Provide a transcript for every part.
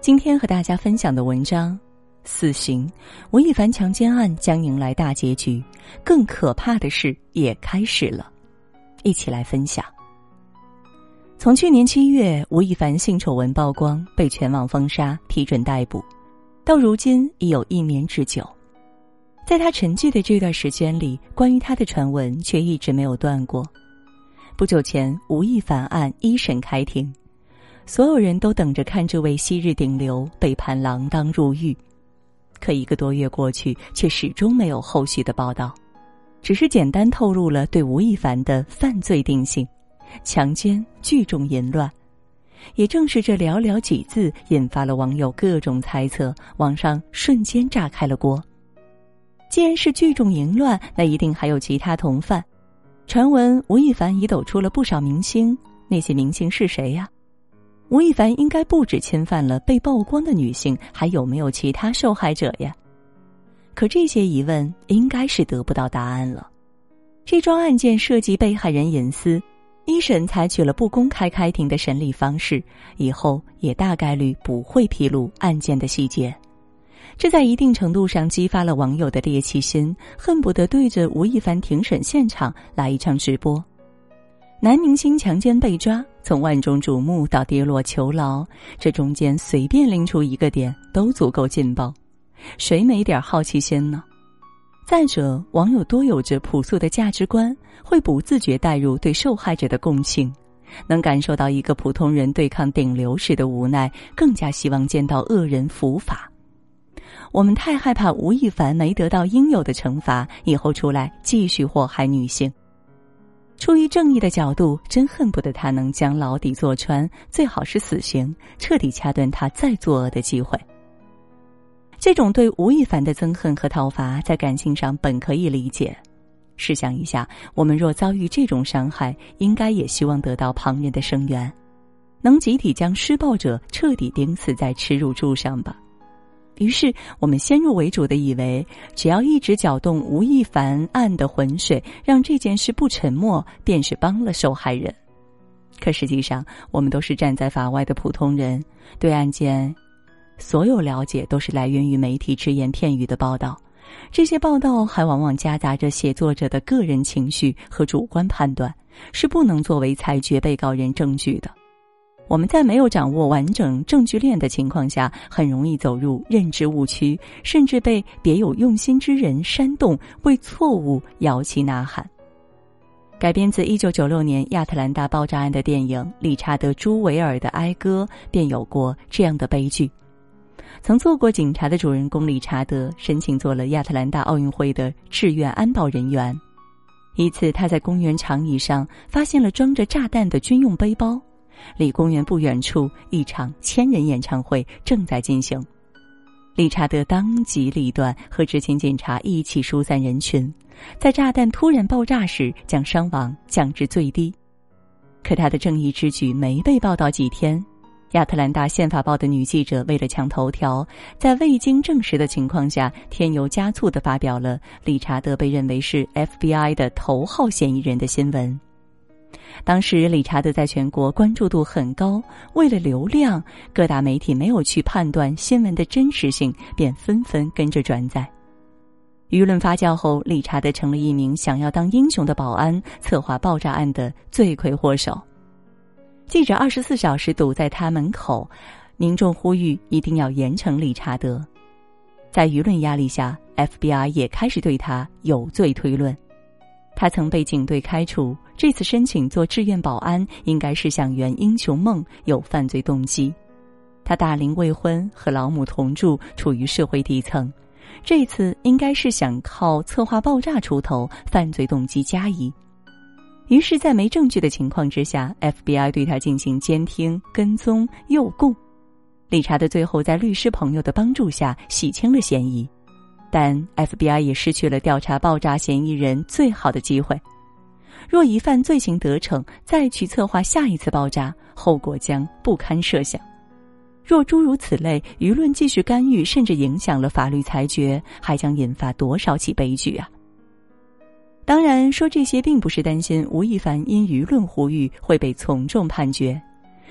今天和大家分享的文章，死刑，吴亦凡强奸案将迎来大结局，更可怕的事也开始了。一起来分享。从去年7月，吴亦凡性丑闻曝光，被全网封杀，批准逮捕，到如今已有1年之久。在他沉寂的这段时间里，关于他的传闻却一直没有断过。不久前，吴亦凡案一审开庭，所有人都等着看这位昔日顶流被判锒铛入狱。可1个多月过去，却始终没有后续的报道，只是简单透露了对吴亦凡的犯罪定性：强奸、聚众淫乱。也正是这寥寥几字，引发了网友各种猜测，网上瞬间炸开了锅。既然是聚众淫乱，那一定还有其他同犯。传闻吴亦凡已抖出了不少明星，那些明星是谁呀？吴亦凡应该不止侵犯了被曝光的女性，还有没有其他受害者呀？可这些疑问应该是得不到答案了。这桩案件涉及被害人隐私，一审采取了不公开开庭的审理方式，以后也大概率不会披露案件的细节。这在一定程度上激发了网友的猎奇心，恨不得对着吴亦凡庭审现场来一场直播。男明星强奸被抓，从万众瞩目到跌落囚牢，这中间随便拎出一个点都足够劲爆，谁没点好奇心呢？再者，网友多有着朴素的价值观，会不自觉带入对受害者的共情，能感受到一个普通人对抗顶流时的无奈，更加希望见到恶人伏法。我们太害怕吴亦凡没得到应有的惩罚，以后出来继续祸害女性。出于正义的角度，真恨不得他能将牢底坐穿，最好是死刑，彻底掐断他再作恶的机会。这种对吴亦凡的憎恨和讨伐，在感情上本可以理解。试想一下，我们若遭遇这种伤害，应该也希望得到旁人的声援，能集体将施暴者彻底钉死在耻辱柱上吧。于是我们先入为主地以为，只要一直搅动吴亦凡案的浑水，让这件事不沉默，便是帮了受害人。可实际上，我们都是站在法外的普通人，对案件所有了解都是来源于媒体只言片语的报道，这些报道还往往夹杂着写作者的个人情绪和主观判断，是不能作为裁决被告人证据的。我们在没有掌握完整证据链的情况下，很容易走入认知误区，甚至被别有用心之人煽动，为错误摇旗呐喊。改编自1996年亚特兰大爆炸案的电影《理查德·朱维尔的哀歌》便有过这样的悲剧。曾做过警察的主人公理查德申请做了亚特兰大奥运会的志愿安保人员。一次，他在公园长椅上发现了装着炸弹的军用背包，离公园不远处，一场1000人演唱会正在进行。理查德当机立断，和执勤警察一起疏散人群，在炸弹突然爆炸时将伤亡降至最低。可他的正义之举没被报道几天，亚特兰大宪法报的女记者为了抢头条，在未经证实的情况下，添油加醋地发表了理查德被认为是 FBI 的头号嫌疑人的新闻。当时理查德在全国关注度很高，为了流量，各大媒体没有去判断新闻的真实性，便纷纷跟着转载。舆论发酵后，理查德成了一名想要当英雄的保安，策划爆炸案的罪魁祸首。记者24小时堵在他门口，民众呼吁一定要严惩理查德。在舆论压力下， FBI 也开始对他有罪推论。他曾被警队开除，这次申请做志愿保安应该是想圆英雄梦，有犯罪动机。他大龄未婚，和老母同住，处于社会底层，这次应该是想靠策划爆炸出头，犯罪动机加疑。于是在没证据的情况之下， FBI 对他进行监听、跟踪、诱供。理查德最后在律师朋友的帮助下洗清了嫌疑，但 FBI 也失去了调查爆炸嫌疑人最好的机会。若一犯罪行得逞，再去策划下一次爆炸，后果将不堪设想。若诸如此类，舆论继续干预，甚至影响了法律裁决，还将引发多少起悲剧啊！当然，说这些并不是担心吴亦凡因舆论呼吁会被从重判决，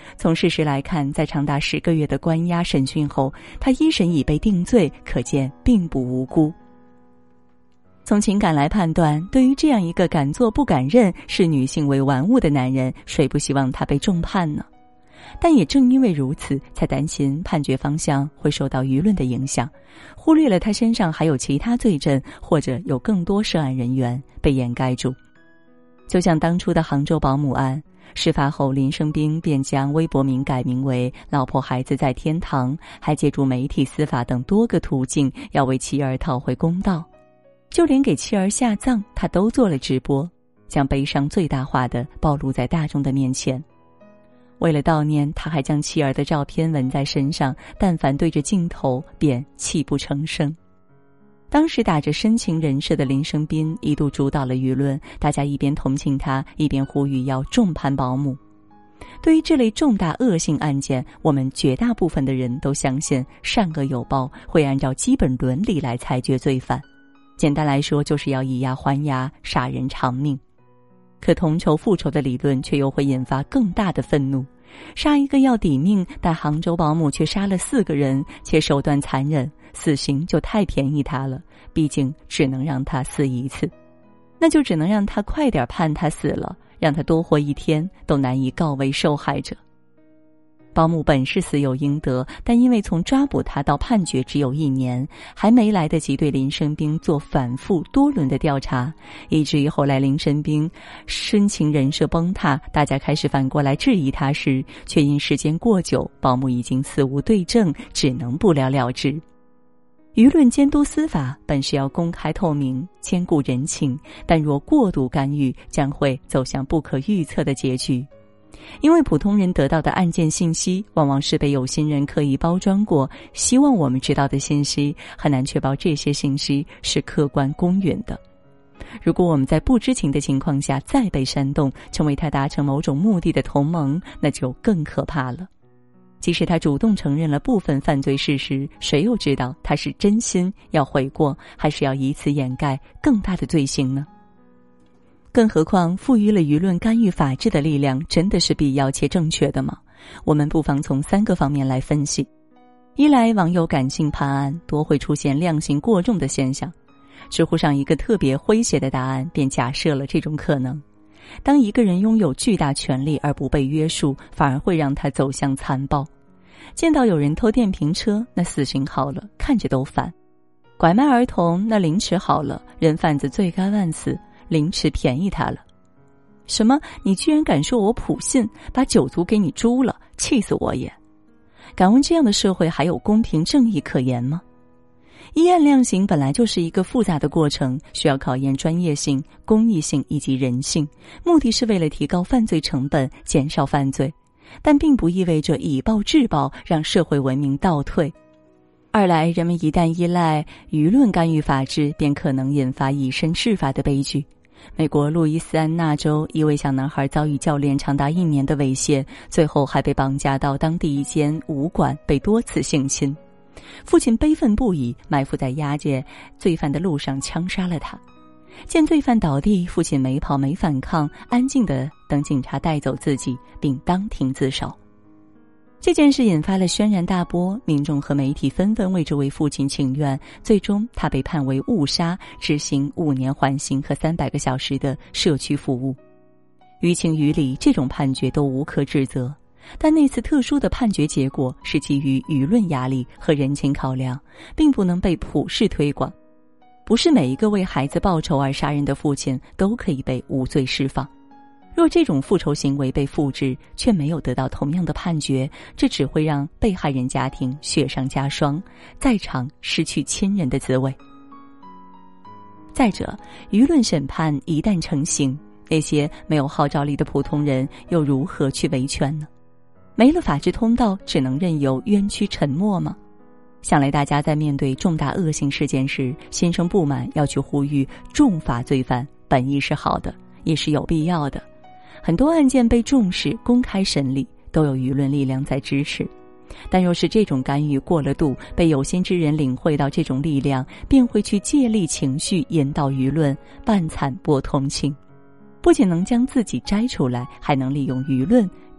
从事实来看，在长达10个月的关押审讯后，他一审已被定罪，可见并不无辜。从情感来判断，对于这样一个敢做不敢认、视女性为玩物的男人，谁不希望他被重判呢？但也正因为如此，才担心判决方向会受到舆论的影响，忽略了他身上还有其他罪证，或者有更多涉案人员被掩盖住。就像当初的杭州保姆案，事发后林生斌便将微博名改名为“老婆孩子在天堂”，还借助媒体、司法等多个途径要为妻儿讨回公道。就连给妻儿下葬，他都做了直播，将悲伤最大化地暴露在大众的面前。为了悼念，他还将妻儿的照片纹在身上，但凡对着镜头便泣不成声。当时打着深情人设的林生斌一度主导了舆论，大家一边同情他，一边呼吁要重判保姆。对于这类重大恶性案件，我们绝大部分的人都相信善恶有报，会按照基本伦理来裁决罪犯。简单来说，就是要以牙还牙，杀人偿命。可同仇复仇的理论却又会引发更大的愤怒。杀一个要抵命，但杭州保姆却杀了4个人，且手段残忍，死刑就太便宜他了，毕竟只能让他死一次，那就只能让他快点判他死了，让他多活1天都难以告慰受害者。保姆本是死有应得，但因为从抓捕他到判决只有1年，还没来得及对林生斌做反复多轮的调查，以至于后来林生斌深情人设崩塌，大家开始反过来质疑他时，却因时间过久，保姆已经死无对证，只能不了了之。舆论监督司法本是要公开透明，兼顾人情，但若过度干预，将会走向不可预测的结局。因为普通人得到的案件信息往往是被有心人刻意包装过，希望我们知道的信息，很难确保这些信息是客观公允的。如果我们在不知情的情况下再被煽动，成为他达成某种目的的同盟，那就更可怕了。即使他主动承认了部分犯罪事实，谁又知道他是真心要悔过，还是要以此掩盖更大的罪行呢？更何况赋予了舆论干预法治的力量，真的是必要且正确的吗？我们不妨从3个方面来分析。一来，网友感性判案多会出现量刑过重的现象。知乎上一个特别诙谐的答案便假设了这种可能。当一个人拥有巨大权力而不被约束，反而会让他走向残暴。见到有人偷电瓶车，那死刑好了，看着都烦；拐卖儿童，那凌迟好了，人贩子罪该万死，凌迟便宜他了。什么？你居然敢说我普信，把9族给你诛了，气死我也！敢问这样的社会还有公平正义可言吗？一案量刑本来就是一个复杂的过程，需要考验专业性、公益性以及人性，目的是为了提高犯罪成本，减少犯罪，但并不意味着以暴制暴，让社会文明倒退。二来，人们一旦依赖舆论干预法治，便可能引发以身试法的悲剧。美国路易斯安那州一位小男孩遭遇教练长达1年的猥亵，最后还被绑架到当地一间武馆被多次性侵。父亲悲愤不已，埋伏在押解罪犯的路上枪杀了他。见罪犯倒地，父亲没跑没反抗，安静地等警察带走自己，并当庭自首。这件事引发了轩然大波，民众和媒体纷纷为这位父亲请愿，最终他被判为误杀，执行5年缓刑和300个小时的社区服务。于情于理，这种判决都无可指责，但那次特殊的判决结果是基于舆论压力和人情考量，并不能被普世推广。不是每一个为孩子报仇而杀人的父亲都可以被无罪释放。若这种复仇行为被复制，却没有得到同样的判决，这只会让被害人家庭雪上加霜，在场失去亲人的滋味。再者，舆论审判一旦成型，那些没有号召力的普通人又如何去维权呢？没了法治通道，只能任由冤屈沉默吗？想来大家在面对重大恶性事件时，心生不满，要去呼吁重罚罪犯，本意是好的，也是有必要的。很多案件被重视、公开审理，都有舆论力量在支持。但若是这种干预过了度，被有心之人领会到这种力量，便会去借力情绪引导舆论，半惨薄同情。不仅能将自己摘出来，还能利用舆论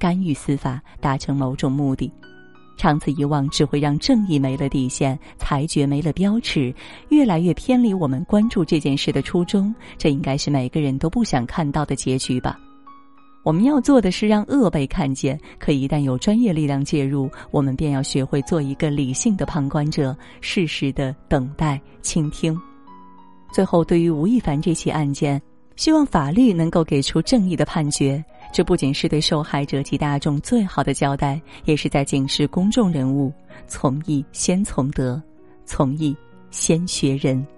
干预司法，达成某种目的。长此以往，只会让正义没了底线，裁决没了标尺，越来越偏离我们关注这件事的初衷。这应该是每个人都不想看到的结局吧。我们要做的是让恶被看见，可一旦有专业力量介入，我们便要学会做一个理性的旁观者，适时的等待、倾听。最后，对于吴亦凡这起案件，希望法律能够给出正义的判决，这不仅是对受害者及大众最好的交代，也是在警示公众人物：从义先从德，从义先学人。